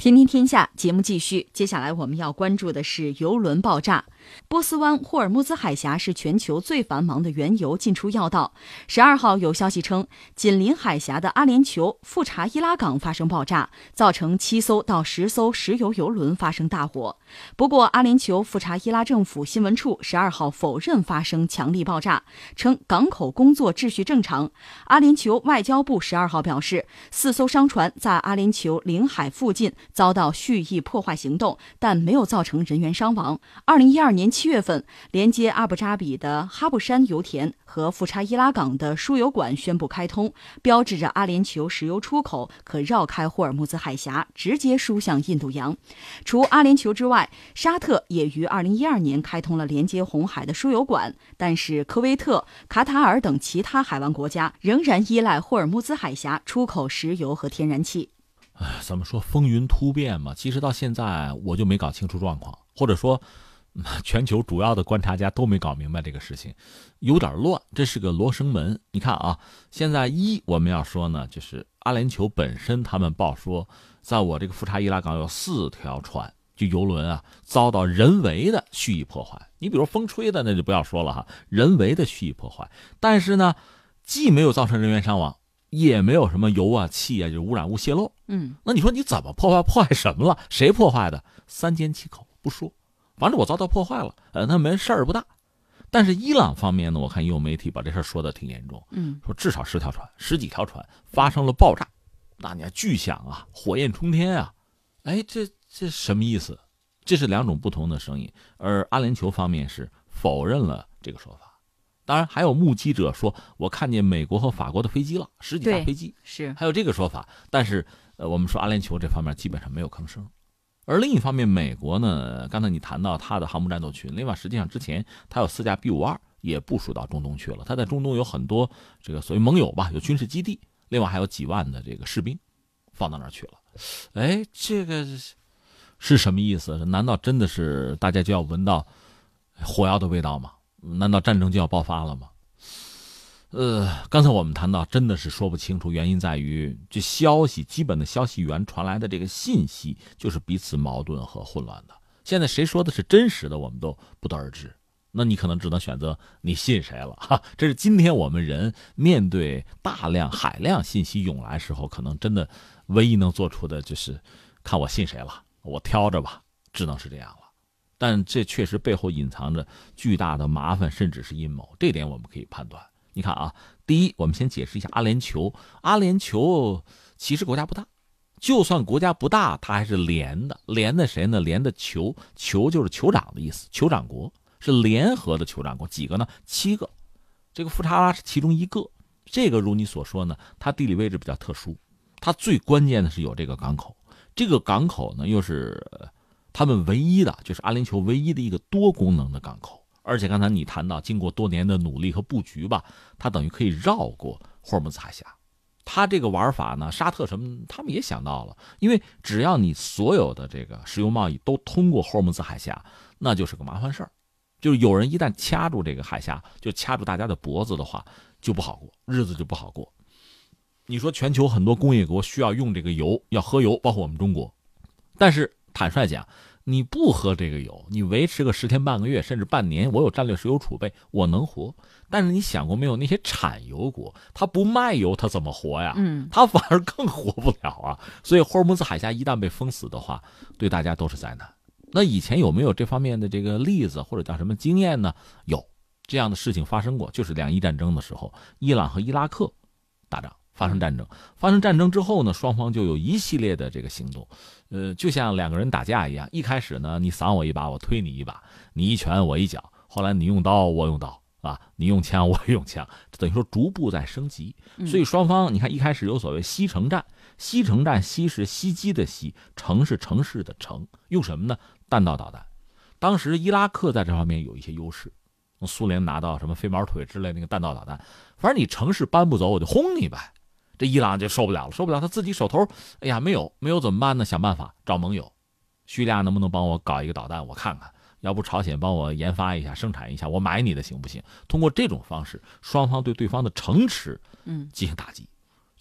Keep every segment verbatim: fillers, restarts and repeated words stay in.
天天天下节目继续，接下来我们要关注的是油轮爆炸。波斯湾霍尔木兹海峡是全球最繁忙的原油进出要道。十二号有消息称，紧邻海峡的阿联酋富查伊拉港发生爆炸，造成七艘到十艘石油油轮发生大火。不过，阿联酋富查伊拉政府新闻处十二号否认发生强力爆炸，称港口工作秩序正常。阿联酋外交部十二号表示，四艘商船在阿联酋领海附近遭到蓄意破坏行动，但没有造成人员伤亡。二零一二年七月份，连接阿布扎比的哈布山油田和富查伊拉港的输油管宣布开通，标志着阿联酋石油出口可绕开霍尔木兹海峡，直接输向印度洋。除阿联酋之外，沙特也于二零一二年开通了连接红海的输油管，但是科威特、卡塔尔等其他海湾国家仍然依赖霍尔木兹海峡出口石油和天然气。 哎，怎么说风云突变嘛？其实到现在我就没搞清楚状况，或者说全球主要的观察家都没搞明白这个事情，有点乱。这是个罗生门。你看啊，现在一我们要说呢，就是阿联酋本身他们报说，在我这个富查伊拉港有四条船，就油轮啊，遭到人为的蓄意破坏。你比如风吹的那就不要说了哈，人为的蓄意破坏。但是呢，既没有造成人员伤亡，也没有什么油啊、气啊，就是污染物泄漏。 嗯， 那你说你怎么破坏？破坏什么了？谁破坏的？三缄其口不说，反正我遭到破坏了，呃，那没事儿不大。但是伊朗方面呢，我看也有媒体把这事儿说的挺严重， 嗯， 说至少十条船、十几条船发生了爆炸，那你看巨响啊，火焰冲天啊，哎，这这什么意思？这是两种不同的声音，而阿联酋方面是否认了这个说法。当然，还有目击者说，我看见美国和法国的飞机了，十几架飞机， 是还有这个说法。但是，呃，我们说阿联酋这方面基本上没有吭声。而另一方面，美国呢，刚才你谈到它的航母战斗群，另外实际上之前它有四架 B 五十二也部署到中东去了，它在中东有很多这个所谓盟友吧，有军事基地，另外还有几万的这个士兵放到那儿去了。哎，这个是什么意思？难道真的是大家就要闻到火药的味道吗？难道战争就要爆发了吗？呃，刚才我们谈到，真的是说不清楚，原因在于这消息基本的消息源传来的这个信息就是彼此矛盾和混乱的。现在谁说的是真实的，我们都不得而知。那你可能只能选择你信谁了哈。这是今天我们人面对大量海量信息涌来时候，可能真的唯一能做出的就是看我信谁了，我挑着吧，只能是这样了。但这确实背后隐藏着巨大的麻烦，甚至是阴谋，这点我们可以判断。你看啊，第一，我们先解释一下阿联酋。阿联酋其实国家不大，就算国家不大，它还是连的。连的谁呢？连的酋，酋就是酋长的意思，酋长国是联合的酋长国，几个呢？七个。这个富查拉是其中一个。这个如你所说呢，它地理位置比较特殊，它最关键的是有这个港口。这个港口呢，又是他们唯一的，就是阿联酋唯一的一个多功能的港口。而且刚才你谈到，经过多年的努力和布局吧，它等于可以绕过霍尔木兹海峡。它这个玩法呢，沙特什么他们也想到了，因为只要你所有的这个石油贸易都通过霍尔木兹海峡，那就是个麻烦事儿。就是有人一旦掐住这个海峡，就掐住大家的脖子的话，就不好过，日子就不好过。你说全球很多工业国需要用这个油，要喝油，包括我们中国，但是坦率讲，你不喝这个油，你维持个十天半个月甚至半年，我有战略石油储备，我能活。但是你想过没有，那些产油国他不卖油，他怎么活呀？ 嗯， 他反而更活不了啊。所以霍尔木兹海峡一旦被封死的话，对大家都是灾难。那以前有没有这方面的这个例子或者叫什么经验呢？有这样的事情发生过，就是两伊战争的时候，伊朗和伊拉克打仗发生战争，发生战争之后呢，双方就有一系列的这个行动，呃，就像两个人打架一样，一开始呢，你搡我一把，我推你一把，你一拳我一脚，后来你用刀我用刀啊，你用枪我用枪，等于说逐步在升级。所以双方你看一开始有所谓西城战，西城战西是袭击的西，城是城市的城，用什么呢？弹道导弹。当时伊拉克在这方面有一些优势，苏联拿到什么飞毛腿之类那个弹道导弹，反正你城市搬不走，我就轰你呗。这伊朗就受不了了，受不了，他自己手头，哎呀，没有，没有怎么办呢？想办法找盟友，叙利亚能不能帮我搞一个导弹？我看看，要不朝鲜帮我研发一下、生产一下，我买你的行不行？通过这种方式，双方对对方的城池，嗯，进行打击。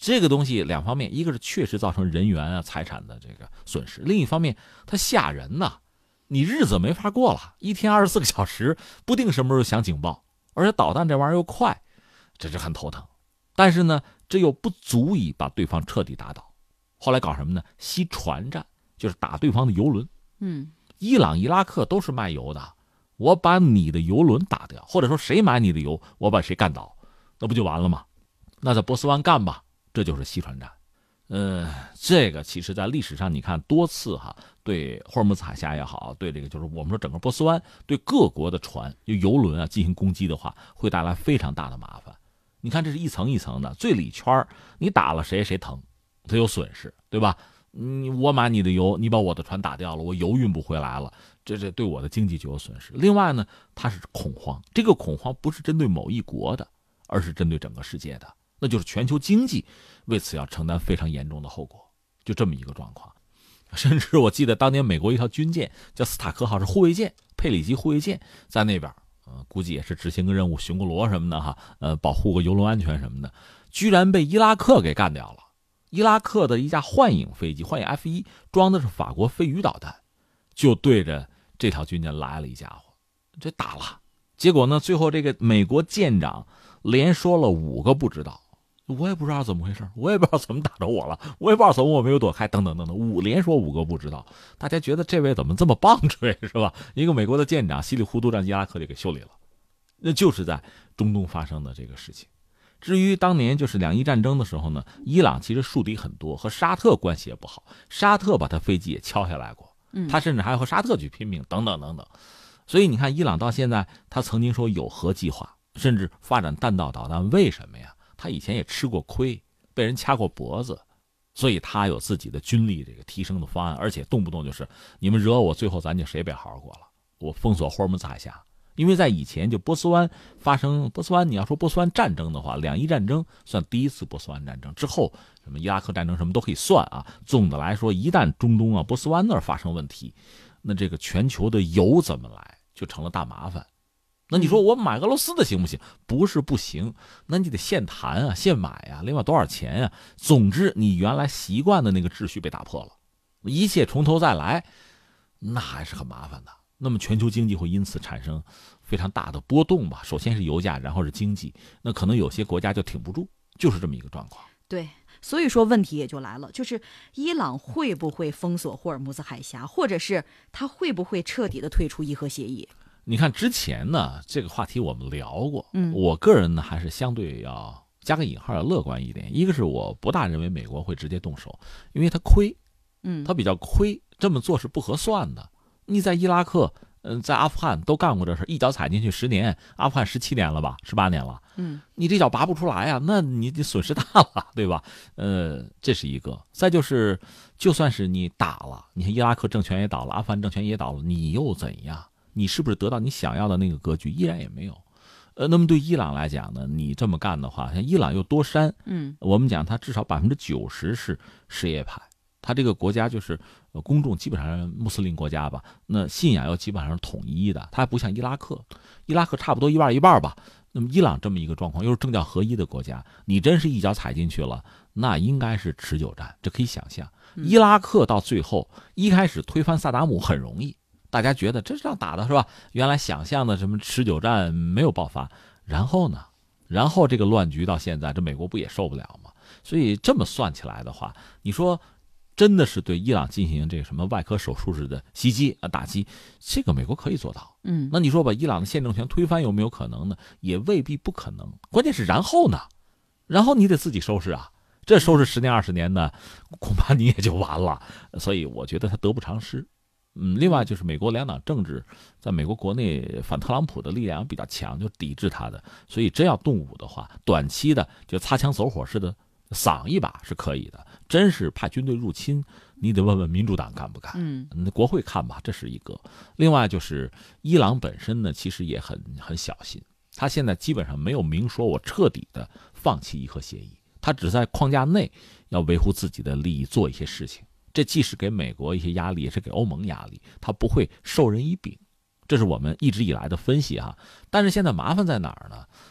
这个东西两方面，一个是确实造成人员啊、财产的这个损失，另一方面它吓人呐，你日子没法过了，一天二十四个小时，不定什么时候响警报，而且导弹这玩意儿又快，这是很头疼。但是呢，这又不足以把对方彻底打倒。后来搞什么呢？袭船战，就是打对方的油轮。 嗯， 伊朗、伊拉克都是卖油的，我把你的油轮打掉，或者说谁买你的油，我把谁干倒，那不就完了吗？那在波斯湾干吧，这就是袭船战。呃，这个其实在历史上你看多次哈，对霍尔木兹海峡也好，对这个就是我们说整个波斯湾，对各国的船就油轮啊进行攻击的话，会带来非常大的麻烦。你看这是一层一层的，最里圈你打了谁谁疼，他有损失，对吧？嗯，我买你的油，你把我的船打掉了，我油运不回来了，这这对我的经济就有损失。另外呢，它是恐慌，这个恐慌不是针对某一国的，而是针对整个世界的，那就是全球经济为此要承担非常严重的后果，就这么一个状况。甚至我记得当年美国一条军舰叫斯塔克号，是护卫舰，佩里级护卫舰，在那边呃，估计也是执行个任务，巡个逻什么的哈，呃，保护个油轮安全什么的，居然被伊拉克给干掉了。伊拉克的一架幻影飞机，幻影 F 一，装的是法国飞鱼导弹，就对着这条军舰来了一家伙，这打了。结果呢，最后这个美国舰长连说了五个不知道，我也不知道怎么回事，我也不知道怎么打着我了，我也不知道怎么我没有躲开，等等等等，五连说五个不知道。大家觉得这位怎么这么棒槌是吧？一个美国的舰长稀里糊涂让伊拉克就给修理了，那就是在中东发生的这个事情。至于当年就是两伊战争的时候呢，伊朗其实树敌很多，和沙特关系也不好，沙特把他飞机也敲下来过，他甚至还要和沙特去拼命，等等等等。所以你看，伊朗到现在，他曾经说有核计划，甚至发展弹道导弹，为什么呀？他以前也吃过亏，被人掐过脖子，所以他有自己的军力这个提升的方案，而且动不动就是你们惹我，最后咱就谁别好好过了，我封锁霍尔木兹海峡。因为在以前就波斯湾发生波斯湾，你要说波斯湾战争的话，两伊战争算第一次波斯湾战争，之后什么伊拉克战争什么都可以算啊。总的来说，一旦中东啊波斯湾那儿发生问题，那这个全球的油怎么来就成了大麻烦。那你说我买俄罗斯的行不行？不是不行，那你得现谈啊，现买啊，另外多少钱啊？总之，你原来习惯的那个秩序被打破了，一切从头再来，那还是很麻烦的。那么全球经济会因此产生非常大的波动吧？首先是油价，然后是经济，那可能有些国家就挺不住，就是这么一个状况。 对，所以说问题也就来了，就是伊朗会不会封锁霍尔木兹海峡，或者是他会不会彻底的退出伊核协议？ 你看之前呢，这个话题我们聊过， 嗯， 我个人呢还是相对要加个引号要乐观一点。一个是我不大认为美国会直接动手，因为他亏， 嗯， 他比较亏，这么做是不合算的。你在伊拉克，嗯、呃，在阿富汗都干过这事，一脚踩进去十年，阿富汗十七年了吧，十八年了， 嗯， 你这脚拔不出来啊，那你你损失大了，对吧？呃，这是一个。再就是，就算是你打了，你看伊拉克政权也倒了，阿富汗政权也倒了，你又怎样？你是不是得到你想要的那个格局？依然也没有。呃，那么对伊朗来讲呢，你这么干的话，像伊朗又多山， 嗯， 我们讲它至少百分之九十是什叶派。他这个国家就是呃公众基本上是穆斯林国家吧，那信仰又基本上是统一的，它还不像伊拉克，伊拉克差不多一半一半吧。那么伊朗这么一个状况，又是政教合一的国家，你真是一脚踩进去了，那应该是持久战，这可以想象。伊拉克到最后一开始推翻萨达姆很容易，大家觉得这是这样打的是吧？原来想象的什么持久战没有爆发，然后呢，然后这个乱局到现在，这美国不也受不了吗？所以这么算起来的话，你说真的是对伊朗进行这个什么外科手术式的袭击啊打击，这个美国可以做到。 嗯， 那你说把伊朗的现政权推翻有没有可能呢？也未必不可能。关键是然后呢？然后你得自己收拾啊，这收拾十年二十年呢，恐怕你也就完了。所以我觉得他得不偿失。嗯，另外就是美国两党政治在美国国内反特朗普的力量比较强，就抵制他的，所以真要动武的话，短期的就擦枪走火似的嗓一把是可以的。真是派军队入侵，你得问问民主党干不干？ 嗯， 国会看吧，这是一个。另外就是伊朗本身呢，其实也很很小心，他现在基本上没有明说我彻底的放弃伊核协议，他只在框架内要维护自己的利益，做一些事情。这既是给美国一些压力，也是给欧盟压力，他不会授人以柄。这是我们一直以来的分析哈。但是现在麻烦在哪儿呢？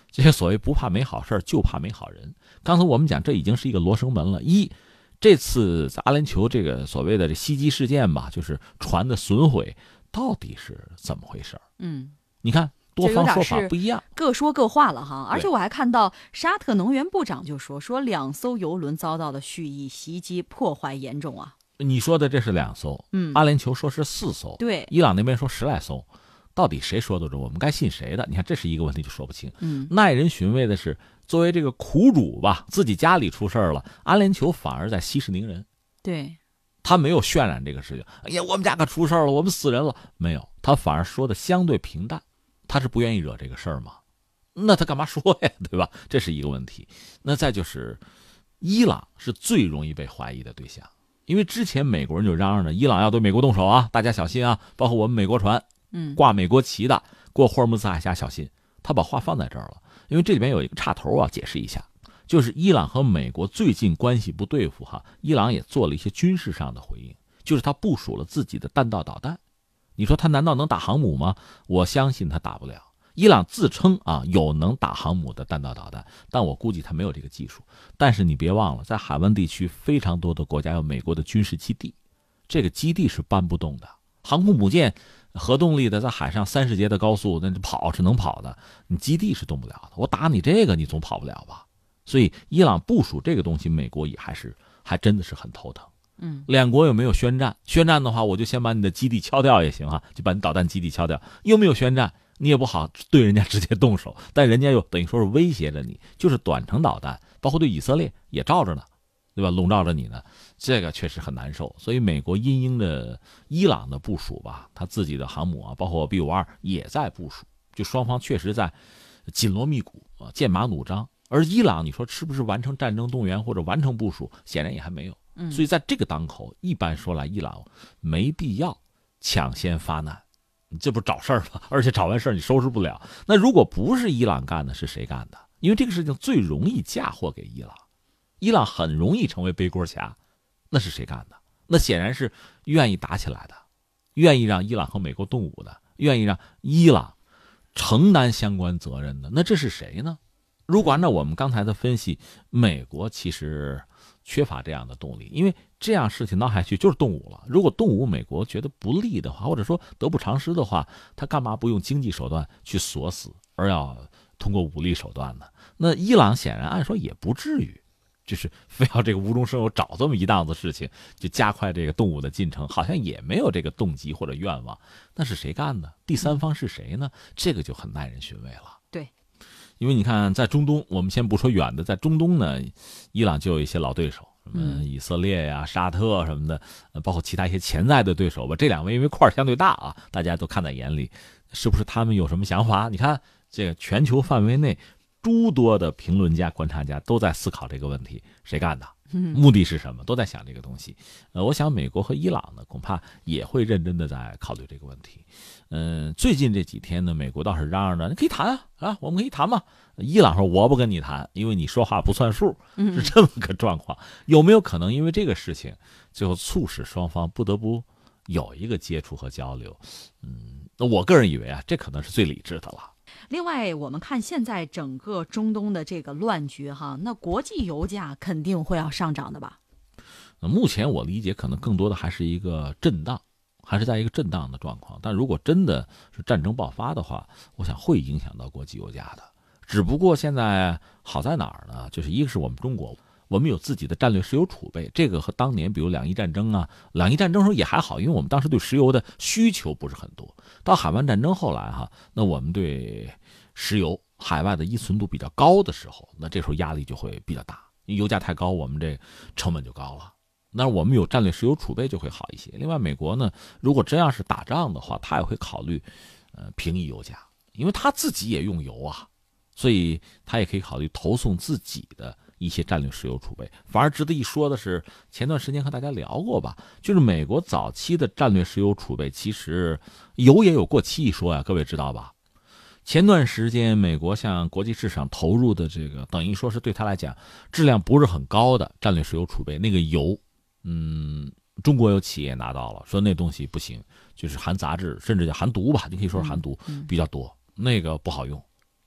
这些所谓不怕没好事就怕没好人。刚才我们讲，这已经是一个罗生门了。一，这次在阿联酋这个所谓的这袭击事件吧，就是船的损毁，到底是怎么回事？ 嗯， 你看多方说法不一样， 各说各话了哈。而且我还看到沙特能源部长就说，说两艘油轮遭到的蓄意袭击，破坏严重啊。 你说的这是两艘， 嗯， 阿联酋说是四艘， 对， 伊朗那边说十来艘，到底谁说的准？我们该信谁的？你看这是一个问题，就说不清。 嗯， 耐人寻味的是，作为这个苦主吧，自己家里出事了，阿联酋反而在息事宁人。 对， 他没有渲染这个事情。哎呀，我们家可出事了，我们死人了，没有，他反而说的相对平淡。他是不愿意惹这个事儿吗？那他干嘛说呀？对吧？这是一个问题。那再就是，伊朗是最容易被怀疑的对象。因为之前美国人就嚷嚷着伊朗要对美国动手啊，大家小心啊，包括我们美国船， 嗯， 挂美国旗的过霍尔木兹海峡小心。他把话放在这儿了，因为这里面有一个岔头啊，解释一下，就是伊朗和美国最近关系不对付哈，伊朗也做了一些军事上的回应，就是他部署了自己的弹道导弹。你说他难道能打航母吗？我相信他打不了。伊朗自称啊有能打航母的弹道导弹，但我估计他没有这个技术。但是你别忘了，在海湾地区非常多的国家有美国的军事基地，这个基地是搬不动的。航空母舰核动力的在海上三十节的高速，那跑是能跑的，你基地是动不了的。我打你这个，你总跑不了吧？所以伊朗部署这个东西，美国也还是还真的是很头疼。 嗯， 两国有没有宣战？宣战的话，我就先把你的基地敲掉也行啊，就把你导弹基地敲掉。有没有宣战？你也不好对人家直接动手，但人家又等于说是威胁着你，就是短程导弹，包括对以色列也罩着呢，对吧？笼罩着你呢，这个确实很难受。所以美国因应着伊朗的部署吧，他自己的航母啊，包括 B 五十二也在部署，就双方确实在紧锣密鼓啊，剑拔弩张。而伊朗，你说是不是完成战争动员或者完成部署？显然也还没有。所以在这个当口，一般说来，伊朗没必要抢先发难，这不找事儿吗？而且找完事儿你收拾不了。那如果不是伊朗干的，是谁干的？因为这个事情最容易嫁祸给伊朗，伊朗很容易成为背锅侠。那是谁干的？那显然是愿意打起来的，愿意让伊朗和美国动武的，愿意让伊朗承担相关责任的。那这是谁呢？如果按照我们刚才的分析，美国其实缺乏这样的动力，因为这样事情闹下去就是动武了。如果动武美国觉得不利的话，或者说得不偿失的话，他干嘛不用经济手段去锁死，而要通过武力手段呢？那伊朗显然按说也不至于，就是非要这个无中生有找这么一档子事情，就加快这个动武的进程，好像也没有这个动机或者愿望。那是谁干的？第三方是谁呢？这个就很耐人寻味了。 对。 因为你看，在中东，我们先不说远的，在中东呢，伊朗就有一些老对手，什么以色列呀、沙特什么的，包括其他一些潜在的对手吧。这两位因为块儿相对大啊，大家都看在眼里，是不是他们有什么想法？你看，这个全球范围内，诸多的评论家、观察家都在思考这个问题：谁干的？目的是什么？都在想这个东西。呃，我想美国和伊朗呢，恐怕也会认真的在考虑这个问题。嗯、呃，最近这几天呢，美国倒是嚷嚷着你可以谈啊，啊，我们可以谈嘛。伊朗说我不跟你谈，因为你说话不算数，是这么个状况。有没有可能因为这个事情，最后促使双方不得不有一个接触和交流？嗯，那我个人以为啊，这可能是最理智的了。 另外，我们看现在整个中东的这个乱局哈，那国际油价肯定会要上涨的吧？ 那目前我理解，可能更多的还是一个震荡，还是在一个震荡的状况。但如果真的是战争爆发的话，我想会影响到国际油价的。只不过现在好在哪儿呢？就是一个是我们中国，我们有自己的战略石油储备，这个和当年比如两伊战争啊，两伊战争时候也还好，因为我们当时对石油的需求不是很多。到海湾战争后来哈，那我们对石油海外的依存度比较高的时候，那这时候压力就会比较大，因为油价太高，我们这成本就高了。那我们有战略石油储备就会好一些。另外，美国呢，如果真要是打仗的话，他也会考虑，呃，平抑油价，因为他自己也用油啊，所以他也可以考虑投送自己的一些战略石油储备。反而值得一说的是，前段时间和大家聊过吧，就是美国早期的战略石油储备，其实油也有过期一说呀，各位知道吧？前段时间美国向国际市场投入的这个，等于说是对他来讲质量不是很高的战略石油储备，那个油，嗯，中国有企业拿到了，说那东西不行，就是含杂质，甚至叫含毒吧，你可以说是含毒比较多，那个不好用。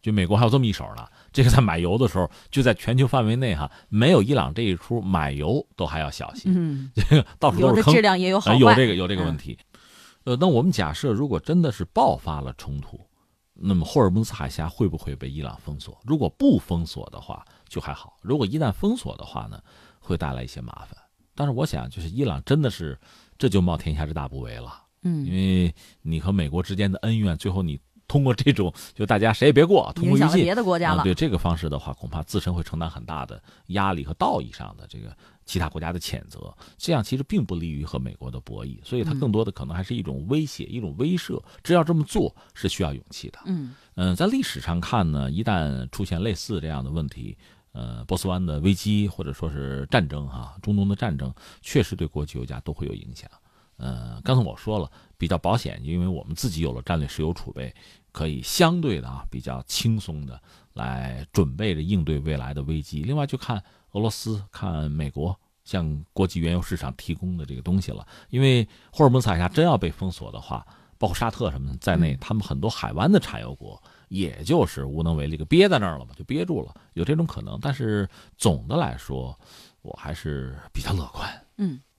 就美国还有这么一手呢。这个在买油的时候，就在全球范围内哈，没有伊朗这一出，买油都还要小心。 嗯， 这个到处都是坑， 有的质量也有好坏， 有这个有这个问题。嗯、呃，那我们假设如果真的是爆发了冲突，那么霍尔木兹海峡会不会被伊朗封锁？如果不封锁的话，就还好；如果一旦封锁的话呢，会带来一些麻烦。但是我想，就是伊朗真的是这就冒天下之大不韪了。 嗯， 因为你和美国之间的恩怨，最后你通过这种就大家谁也别过，通过影响了别的国家了、 嗯。对这个方式的话，恐怕自身会承担很大的压力和道义上的这个其他国家的谴责，这样其实并不利于和美国的博弈，所以它更多的可能还是一种威胁、嗯、一种威慑。只要这么做是需要勇气的。 嗯嗯、呃，在历史上看呢，一旦出现类似这样的问题。呃，波斯湾的危机或者说是战争哈，中东的战争确实对国际油价都会有影响。呃，刚才我说了比较保险，因为我们自己有了战略石油储备，可以相对的啊比较轻松的来准备着应对未来的危机。另外就看俄罗斯、看美国向国际原油市场提供的这个东西了。因为霍尔木兹海峡真要被封锁的话，包括沙特什么在内，他们很多海湾的产油国。也就是无能为力，个憋在那儿了嘛，就憋住了，有这种可能。但是总的来说，我还是比较乐观。 嗯。